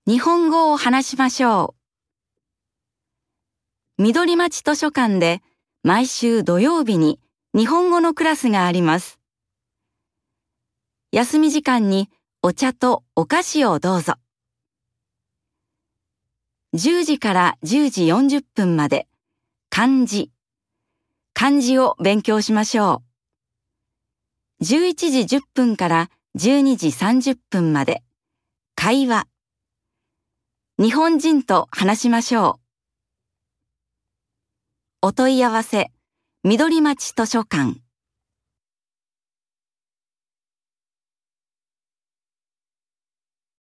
日本語を話しましょう。緑町図書館で毎週土曜日に日本語のクラスがあります。休み時間にお茶とお菓子をどうぞ。10時から10時40分まで漢字を勉強しましょう。11時10分から12時30分まで会話日本人と話しましょう。お問い合わせ、緑町図書館